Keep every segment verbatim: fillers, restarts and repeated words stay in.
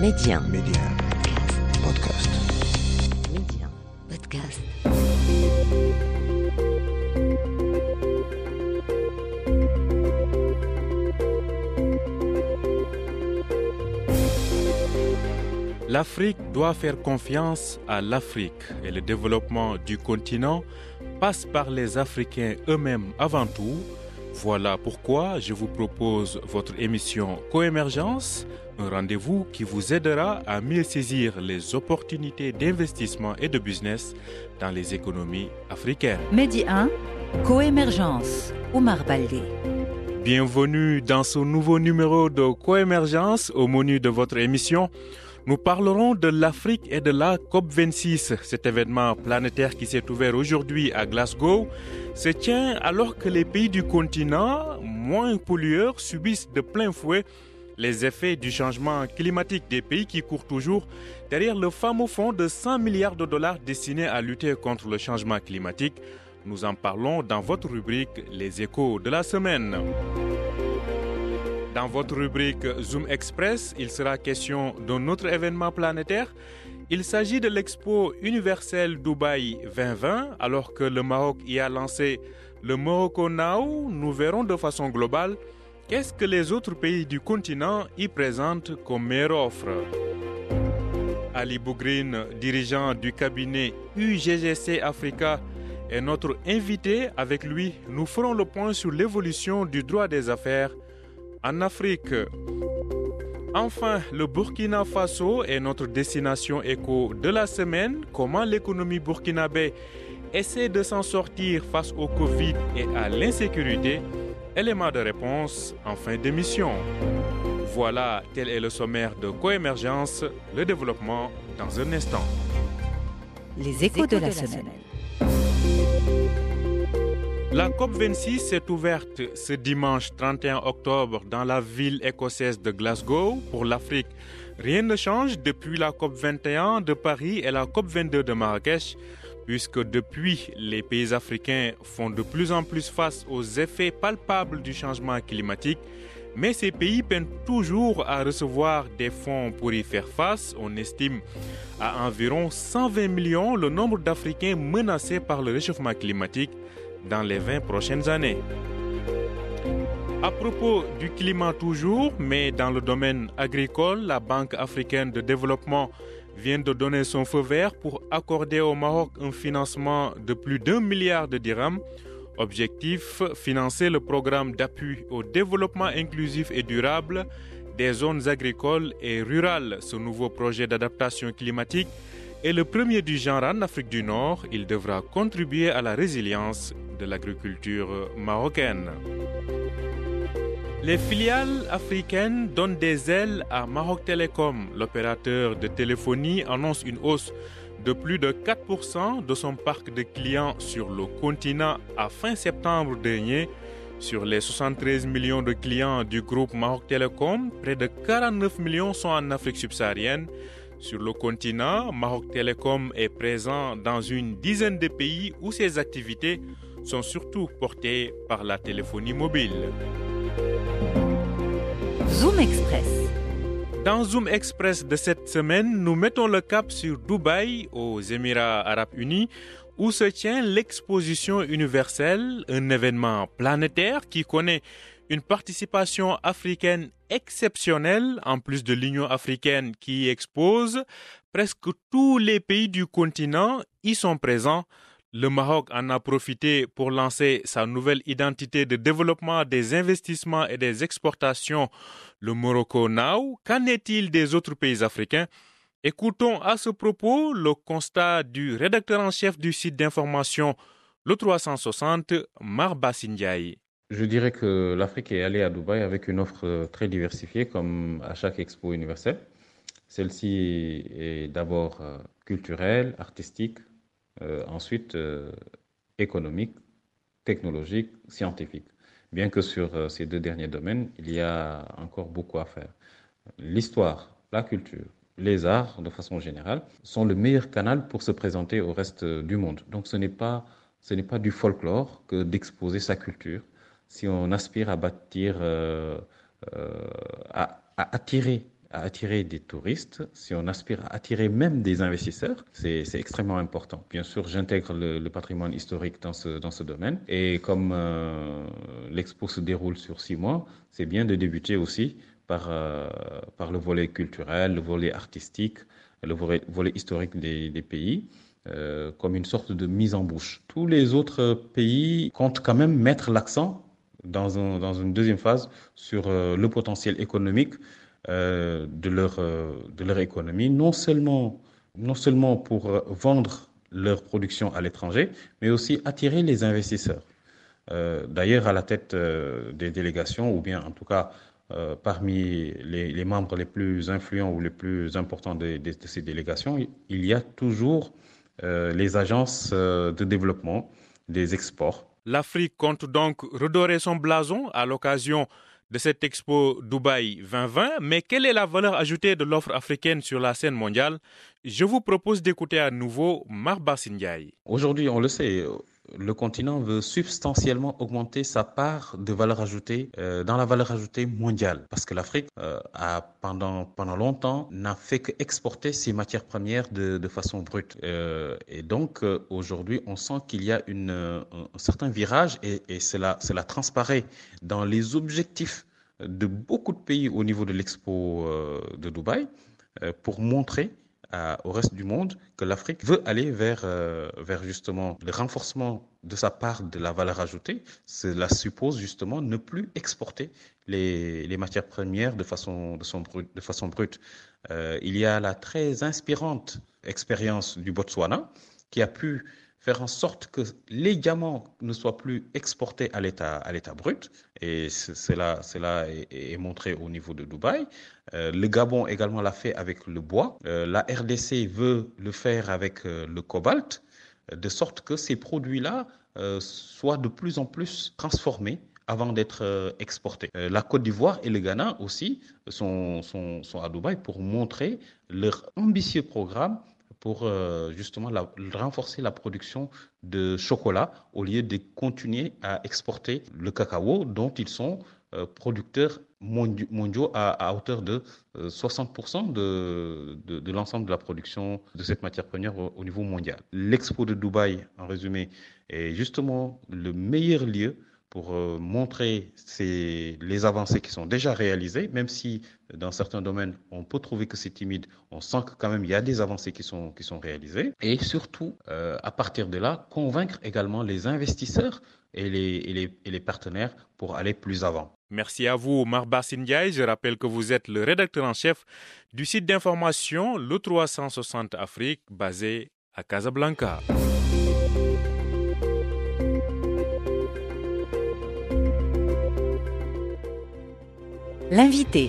Média. Média. Podcast. Média. Podcast. L'Afrique doit faire confiance à l'Afrique et le développement du continent passe par les Africains eux-mêmes avant tout. Voilà pourquoi je vous propose votre émission Coémergence, un rendez-vous qui vous aidera à mieux saisir les opportunités d'investissement et de business dans les économies africaines. Medi un, Coémergence, Oumar Baldé. Bienvenue dans ce nouveau numéro de Coémergence. Au menu de votre émission, nous parlerons de l'Afrique et de la COP vingt-six. Cet événement planétaire qui s'est ouvert aujourd'hui à Glasgow se tient alors que les pays du continent, moins pollueurs, subissent de plein fouet les effets du changement climatique, des pays qui courent toujours derrière le fameux fonds de cent milliards de dollars destiné à lutter contre le changement climatique. Nous en parlons dans votre rubrique Les Échos de la semaine. Dans votre rubrique Zoom Express, il sera question d'un autre événement planétaire. Il s'agit de l'Expo universelle Dubaï vingt vingt. Alors que le Maroc y a lancé le Morocco Now, nous verrons de façon globale qu'est-ce que les autres pays du continent y présentent comme meilleure offre. Ali Bougrine, dirigeant du cabinet U G G C Africa, est notre invité. Avec lui, nous ferons le point sur l'évolution du droit des affaires en Afrique. Enfin, le Burkina Faso est notre destination éco de la semaine. Comment l'économie burkinabé essaie de s'en sortir face au Covid et à l'insécurité? Élément de réponse en fin d'émission. Voilà, tel est le sommaire de Coémergence, le développement dans un instant. Les échos de la semaine. La COP vingt-six s'est ouverte ce dimanche trente et un octobre dans la ville écossaise de Glasgow. Pour l'Afrique, rien ne change depuis la COP vingt et un de Paris et la COP vingt-deux de Marrakech, puisque depuis, les pays africains font de plus en plus face aux effets palpables du changement climatique. Mais ces pays peinent toujours à recevoir des fonds pour y faire face. On estime à environ cent vingt millions le nombre d'Africains menacés par le réchauffement climatique dans les vingt prochaines années. À propos du climat toujours, mais dans le domaine agricole, la Banque africaine de développement vient de donner son feu vert pour accorder au Maroc un financement de plus d'un milliard de dirhams. Objectif, financer le programme d'appui au développement inclusif et durable des zones agricoles et rurales. Ce nouveau projet d'adaptation climatique est le premier du genre en Afrique du Nord. Il devra contribuer à la résilience de l'agriculture marocaine. Les filiales africaines donnent des ailes à Maroc Telecom. L'opérateur de téléphonie annonce une hausse de plus de quatre pour cent de son parc de clients sur le continent à fin septembre dernier. Sur les soixante-treize millions de clients du groupe Maroc Telecom, près de quarante-neuf millions sont en Afrique subsaharienne. Sur le continent, Maroc Telecom est présent dans une dizaine de pays où ses activités sont surtout portées par la téléphonie mobile. Zoom Express. Dans Zoom Express de cette semaine, nous mettons le cap sur Dubaï, aux Émirats arabes unis, où se tient l'exposition universelle, un événement planétaire qui connaît une participation africaine exceptionnelle, en plus de l'Union africaine qui y expose. Presque tous les pays du continent y sont présents. Le Maroc en a profité pour lancer sa nouvelle identité de développement des investissements et des exportations, le Morocco Now. Qu'en est-il des autres pays africains? Écoutons à ce propos le constat du rédacteur en chef du site d'information Le trois cent soixante, Marbassi Ndiaye. Je dirais que l'Afrique est allée à Dubaï avec une offre très diversifiée comme à chaque expo universelle. Celle-ci est d'abord culturelle, artistique, euh, ensuite euh, économique, technologique, scientifique. Bien que sur euh, ces deux derniers domaines, il y a encore beaucoup à faire. L'histoire, la culture, les arts de façon générale sont le meilleur canal pour se présenter au reste du monde. Donc ce n'est pas, ce n'est pas du folklore que d'exposer sa culture. Si on aspire à bâtir, euh, euh, à, à attirer à attirer des touristes, si on aspire à attirer même des investisseurs, c'est, c'est extrêmement important. Bien sûr, j'intègre le, le patrimoine historique dans ce, dans ce domaine. Et comme euh, l'expo se déroule sur six mois, c'est bien de débuter aussi par, euh, par le volet culturel, le volet artistique, le volet, volet historique des, des pays. Euh, comme une sorte de mise en bouche. Tous les autres pays comptent quand même mettre l'accent dans, un, dans une deuxième phase sur euh, le potentiel économique euh, de, leur, euh, de leur économie, non seulement, non seulement pour euh, vendre leur production à l'étranger, mais aussi attirer les investisseurs. Euh, d'ailleurs, à la tête euh, des délégations, ou bien en tout cas euh, parmi les, les membres les plus influents ou les plus importants de, de, de ces délégations, il y a toujours Euh, les agences euh, de développement des exports. L'Afrique compte donc redorer son blason à l'occasion de cette expo Dubaï vingt vingt, mais quelle est la valeur ajoutée de l'offre africaine sur la scène mondiale? Je vous propose d'écouter à nouveau Marba Sindiaï. Aujourd'hui, on le sait, le continent veut substantiellement augmenter sa part de valeur ajoutée euh, dans la valeur ajoutée mondiale. Parce que l'Afrique euh, a pendant, pendant longtemps n'a fait qu'exporter ses matières premières de, de façon brute. Euh, et donc euh, aujourd'hui, on sent qu'il y a une, un, un certain virage et, et cela, cela transparaît dans les objectifs de beaucoup de pays au niveau de l'expo euh, de Dubaï euh, pour montrer À, au reste du monde que l'Afrique veut aller vers, euh, vers justement le renforcement de sa part de la valeur ajoutée. Cela suppose justement ne plus exporter les, les matières premières de façon, de son brut, de façon brute. Euh, il y a la très inspirante expérience du Botswana qui a pu faire en sorte que les diamants ne soient plus exportés à l'état, à l'état brut. Et cela, cela est, est montré au niveau de Dubaï. Euh, le Gabon également l'a fait avec le bois. Euh, la R D C veut le faire avec euh, le cobalt, de sorte que ces produits-là euh, soient de plus en plus transformés avant d'être euh, exportés. Euh, la Côte d'Ivoire et le Ghana aussi sont, sont, sont à Dubaï pour montrer leur ambitieux programme pour euh, justement la, renforcer la production de chocolat au lieu de continuer à exporter le cacao dont ils sont euh, producteurs mondiaux, mondiaux à, à hauteur de euh, soixante pour cent de, de, de l'ensemble de la production de cette matière première au, au niveau mondial. L'expo de Dubaï, en résumé, est justement le meilleur lieu pour euh, montrer ces, les avancées qui sont déjà réalisées, même si dans certains domaines, on peut trouver que c'est timide, on sent que quand même il y a des avancées qui sont, qui sont réalisées. Et surtout, euh, à partir de là, convaincre également les investisseurs et les, et les, et les partenaires pour aller plus avant. Merci à vous, Marba Sindiaï. Je rappelle que vous êtes le rédacteur en chef du site d'information Le trois cent soixante Afrique, basé à Casablanca. L'invité.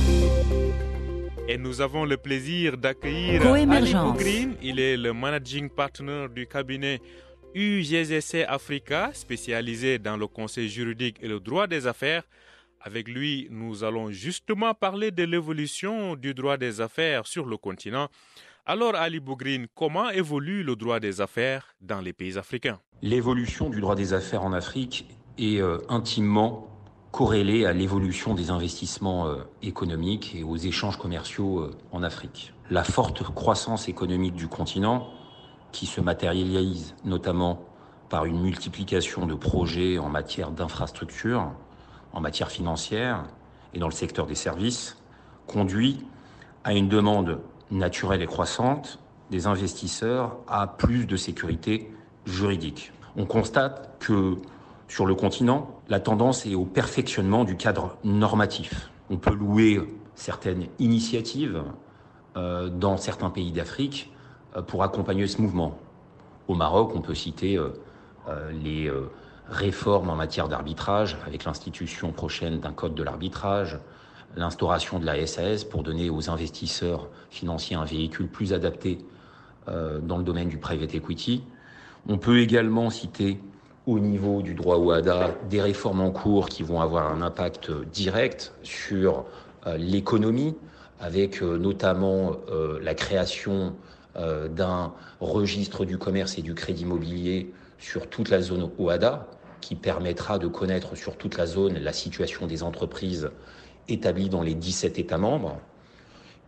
Et nous avons le plaisir d'accueillir Ali Bougrine. Il est le managing partner du cabinet U G Z C Africa, spécialisé dans le conseil juridique et le droit des affaires. Avec lui, nous allons justement parler de l'évolution du droit des affaires sur le continent. Alors, Ali Bougrine, comment évolue le droit des affaires dans les pays africains? L'évolution du droit des affaires en Afrique est euh, intimement corrélée à l'évolution des investissements euh, économiques et aux échanges commerciaux euh, en Afrique. La forte croissance économique du continent, qui se matérialise notamment par une multiplication de projets en matière d'infrastructures, en matière financière et dans le secteur des services, conduit à une demande naturelle et croissante des investisseurs à plus de sécurité juridique. On constate que sur le continent, la tendance est au perfectionnement du cadre normatif. On peut louer certaines initiatives euh, dans certains pays d'Afrique euh, pour accompagner ce mouvement. Au Maroc, on peut citer euh, euh, les euh, réformes en matière d'arbitrage, avec l'institution prochaine d'un code de l'arbitrage, l'instauration de la S A S pour donner aux investisseurs financiers un véhicule plus adapté euh, dans le domaine du private equity. On peut également citer au niveau du droit O A D A des réformes en cours qui vont avoir un impact direct sur euh, l'économie, avec euh, notamment euh, la création euh, d'un registre du commerce et du crédit immobilier sur toute la zone O A D A, qui permettra de connaître sur toute la zone la situation des entreprises établies dans les dix-sept États membres.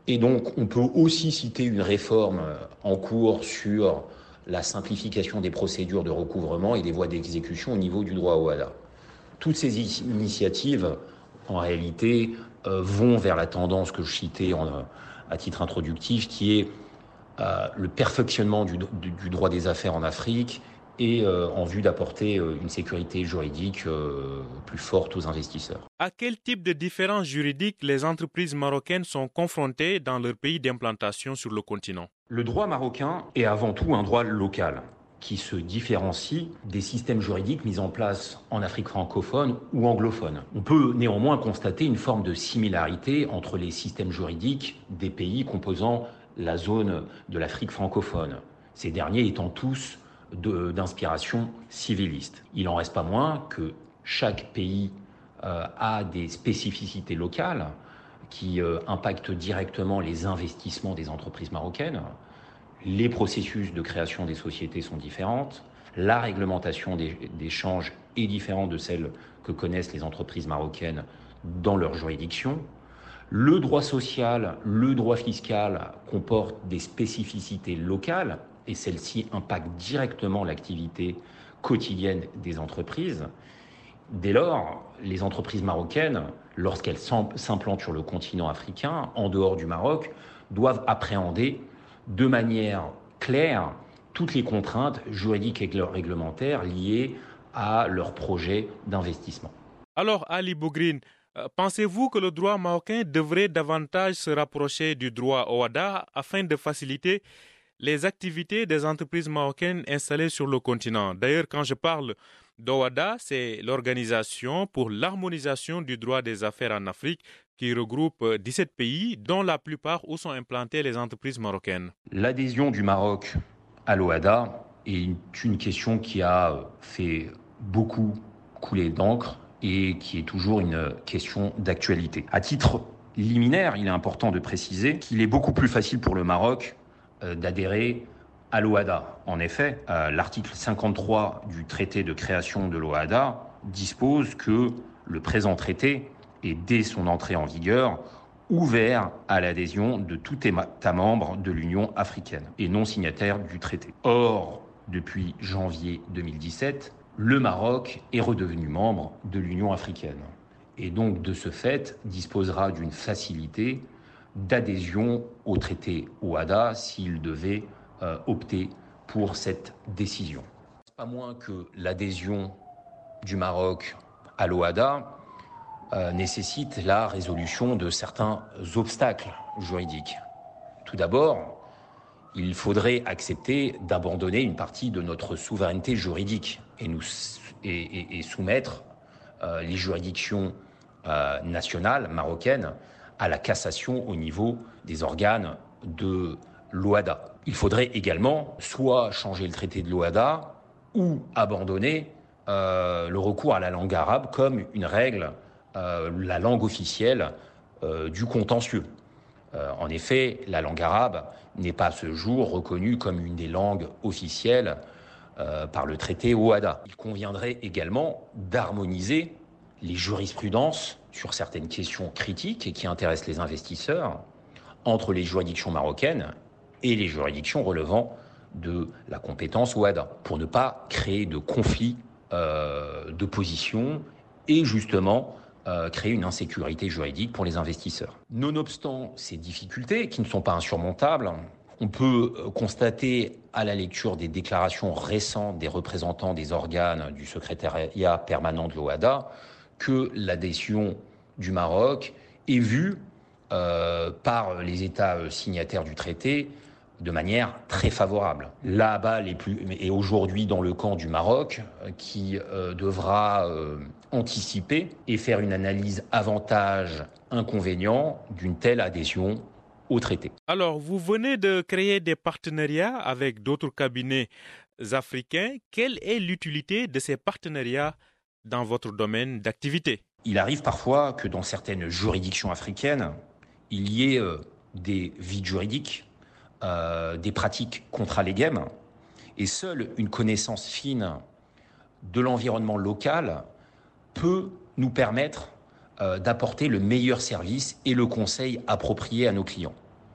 Et donc, on peut aussi citer une réforme en cours sur la simplification des procédures de recouvrement et des voies d'exécution au niveau du droit au OHADA. Toutes ces initiatives, en réalité, euh, vont vers la tendance que je citais en, à titre introductif, qui est euh, le perfectionnement du, du, du droit des affaires en Afrique et euh, en vue d'apporter euh, une sécurité juridique euh, plus forte aux investisseurs. À quel type de différences juridiques les entreprises marocaines sont confrontées dans leur pays d'implantation sur le continent? Le droit marocain est avant tout un droit local qui se différencie des systèmes juridiques mis en place en Afrique francophone ou anglophone. On peut néanmoins constater une forme de similarité entre les systèmes juridiques des pays composant la zone de l'Afrique francophone, ces derniers étant tous De, d'inspiration civiliste. Il n'en reste pas moins que chaque pays euh, a des spécificités locales qui euh, impactent directement les investissements des entreprises marocaines. Les processus de création des sociétés sont différentes. La réglementation des, d'échange est différente de celle que connaissent les entreprises marocaines dans leur juridiction. Le droit social, le droit fiscal comportent des spécificités locales et celles-ci impactent directement l'activité quotidienne des entreprises. Dès lors, les entreprises marocaines, lorsqu'elles s'implantent sur le continent africain, en dehors du Maroc, doivent appréhender de manière claire toutes les contraintes juridiques et réglementaires liées à leur projet d'investissement. Alors, Ali Bougrine, pensez-vous que le droit marocain devrait davantage se rapprocher du droit OHADA afin de faciliter les activités des entreprises marocaines installées sur le continent? D'ailleurs, quand je parle d'OHADA, c'est l'Organisation pour l'harmonisation du droit des affaires en Afrique qui regroupe dix-sept pays, dont la plupart où sont implantées les entreprises marocaines. L'adhésion du Maroc à l'OHADA est une question qui a fait beaucoup couler d'encre et qui est toujours une question d'actualité. À titre liminaire, il est important de préciser qu'il est beaucoup plus facile pour le Maroc d'adhérer à l'OHADA. En effet, euh, l'article cinquante-trois du traité de création de l'OHADA dispose que le présent traité est, dès son entrée en vigueur, ouvert à l'adhésion de tout État membre de l'Union africaine et non signataire du traité. Or, depuis janvier deux mille dix-sept, le Maroc est redevenu membre de l'Union africaine et donc, de ce fait, disposera d'une facilité d'adhésion au traité OHADA s'il devait euh, opter pour cette décision. Pas moins que l'adhésion du Maroc à l'OHADA euh, nécessite la résolution de certains obstacles juridiques. Tout d'abord, il faudrait accepter d'abandonner une partie de notre souveraineté juridique et, nous, et, et, et soumettre euh, les juridictions euh, nationales marocaines à la cassation au niveau des organes de l'OHADA. Il faudrait également soit changer le traité de l'OHADA ou abandonner euh, le recours à la langue arabe comme une règle, euh, la langue officielle euh, du contentieux. Euh, en effet, la langue arabe n'est pas à ce jour reconnue comme une des langues officielles euh, par le traité OHADA. Il conviendrait également d'harmoniser les jurisprudences sur certaines questions critiques et qui intéressent les investisseurs entre les juridictions marocaines et les juridictions relevant de la compétence OHADA pour ne pas créer de conflits euh, de position et justement euh, créer une insécurité juridique pour les investisseurs. Nonobstant ces difficultés qui ne sont pas insurmontables, on peut constater à la lecture des déclarations récentes des représentants des organes du secrétariat permanent de l'OHADA que l'adhésion du Maroc est vue euh, par les États signataires du traité de manière très favorable. La balle est, plus, est aujourd'hui dans le camp du Maroc qui euh, devra euh, anticiper et faire une analyse avantages-inconvénients d'une telle adhésion au traité. Alors, vous venez de créer des partenariats avec d'autres cabinets africains. Quelle est l'utilité de ces partenariats dans votre domaine d'activité? Il arrive parfois que dans certaines juridictions africaines, il y ait euh, des vides juridiques, euh, des pratiques contralégales, et seule une connaissance fine de l'environnement local peut nous permettre euh, d'apporter le meilleur service et le conseil approprié à nos clients.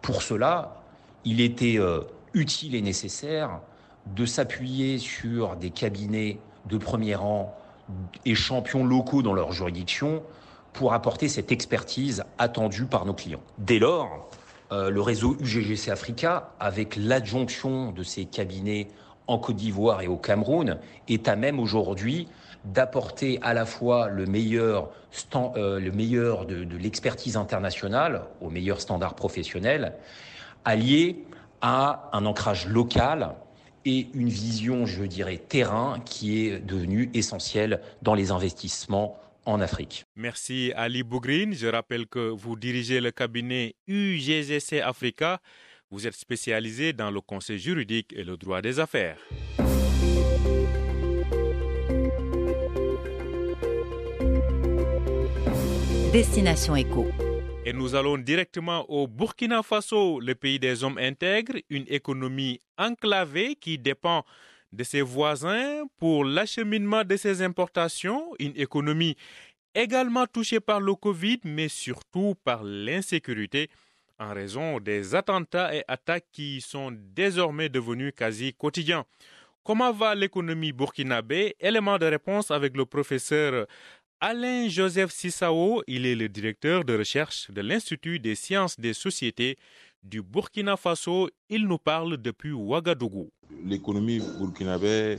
Pour cela, il était euh, utile et nécessaire de s'appuyer sur des cabinets de premier rang et champions locaux dans leur juridiction pour apporter cette expertise attendue par nos clients. Dès lors, euh, le réseau U G G C Africa, avec l'adjonction de ces cabinets en Côte d'Ivoire et au Cameroun, est à même aujourd'hui d'apporter à la fois le meilleur, stand, euh, le meilleur de, de l'expertise internationale aux meilleurs standards professionnels, allié à un ancrage local et une vision, je dirais, terrain qui est devenue essentielle dans les investissements en Afrique. Merci Ali Bougrine. Je rappelle que vous dirigez le cabinet U G G C Africa. Vous êtes spécialisé dans le conseil juridique et le droit des affaires. Destination Éco. Et nous allons directement au Burkina Faso, le pays des hommes intègres, une économie enclavée qui dépend de ses voisins pour l'acheminement de ses importations, une économie également touchée par le Covid, mais surtout par l'insécurité en raison des attentats et attaques qui sont désormais devenus quasi quotidiens. Comment va l'économie burkinabé? Élément de réponse avec le professeur Alain-Joseph Sissao. Il est le directeur de recherche de l'Institut des sciences des sociétés du Burkina Faso. Il nous parle depuis Ouagadougou. L'économie burkinabé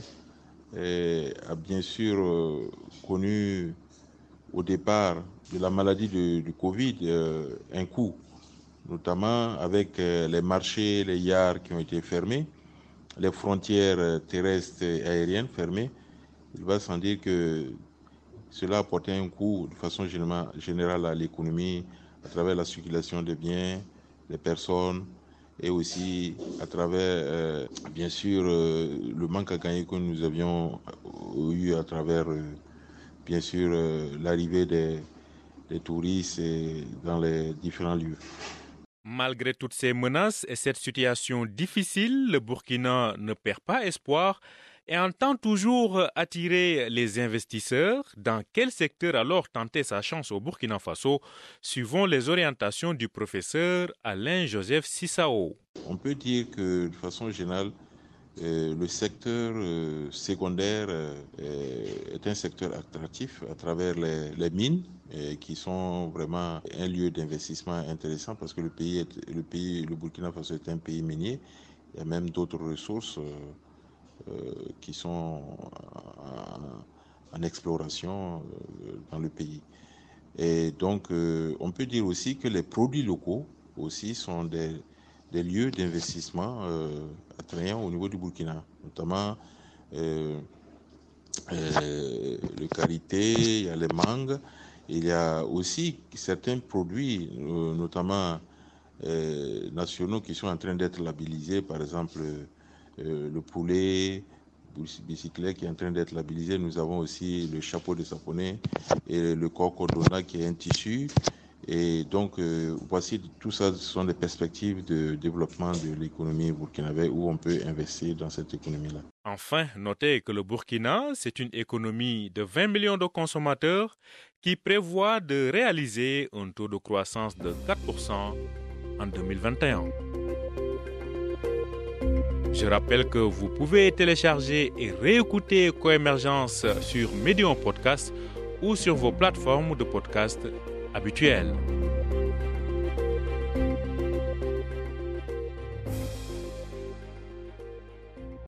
eh, a bien sûr euh, connu au départ de la maladie de, du Covid euh, un coup, notamment avec euh, les marchés, les yards qui ont été fermés, les frontières terrestres et aériennes fermées. Il va sans dire que cela a porté un coup de façon générale à l'économie à travers la circulation des biens, des personnes et aussi à travers, euh, bien sûr, euh, le manque à gagner que nous avions eu à travers, euh, bien sûr, euh, l'arrivée des, des touristes et dans les différents lieux. Malgré toutes ces menaces et cette situation difficile, le Burkina ne perd pas espoir et entend toujours attirer les investisseurs. Dans quel secteur alors tenter sa chance au Burkina Faso, suivant les orientations du professeur Alain-Joseph Sissao? On peut dire que de façon générale, euh, le secteur euh, secondaire euh, est un secteur attractif à travers les, les mines euh, qui sont vraiment un lieu d'investissement intéressant parce que le pays, est, le pays, le Burkina Faso est un pays minier. Il y a même d'autres ressources euh, Euh, qui sont en, en exploration euh, dans le pays. Et donc, euh, on peut dire aussi que les produits locaux aussi sont des, des lieux d'investissement euh, attrayants au niveau du Burkina, notamment euh, euh, le karité, il y a les mangues, il y a aussi certains produits, euh, notamment euh, nationaux, qui sont en train d'être labellisés, par exemple Euh, le poulet bicyclette qui est en train d'être labellisé. Nous avons aussi le chapeau de saponné et le cocodona qui est un tissu. Et donc, euh, voici, tout ça ce sont des perspectives de développement de l'économie burkinabé où on peut investir dans cette économie-là. Enfin, notez que le Burkina, c'est une économie de vingt millions de consommateurs qui prévoit de réaliser un taux de croissance de quatre pour cent en deux mille vingt et un. Je rappelle que vous pouvez télécharger et réécouter Coémergence sur Medium Podcast ou sur vos plateformes de podcast habituelles.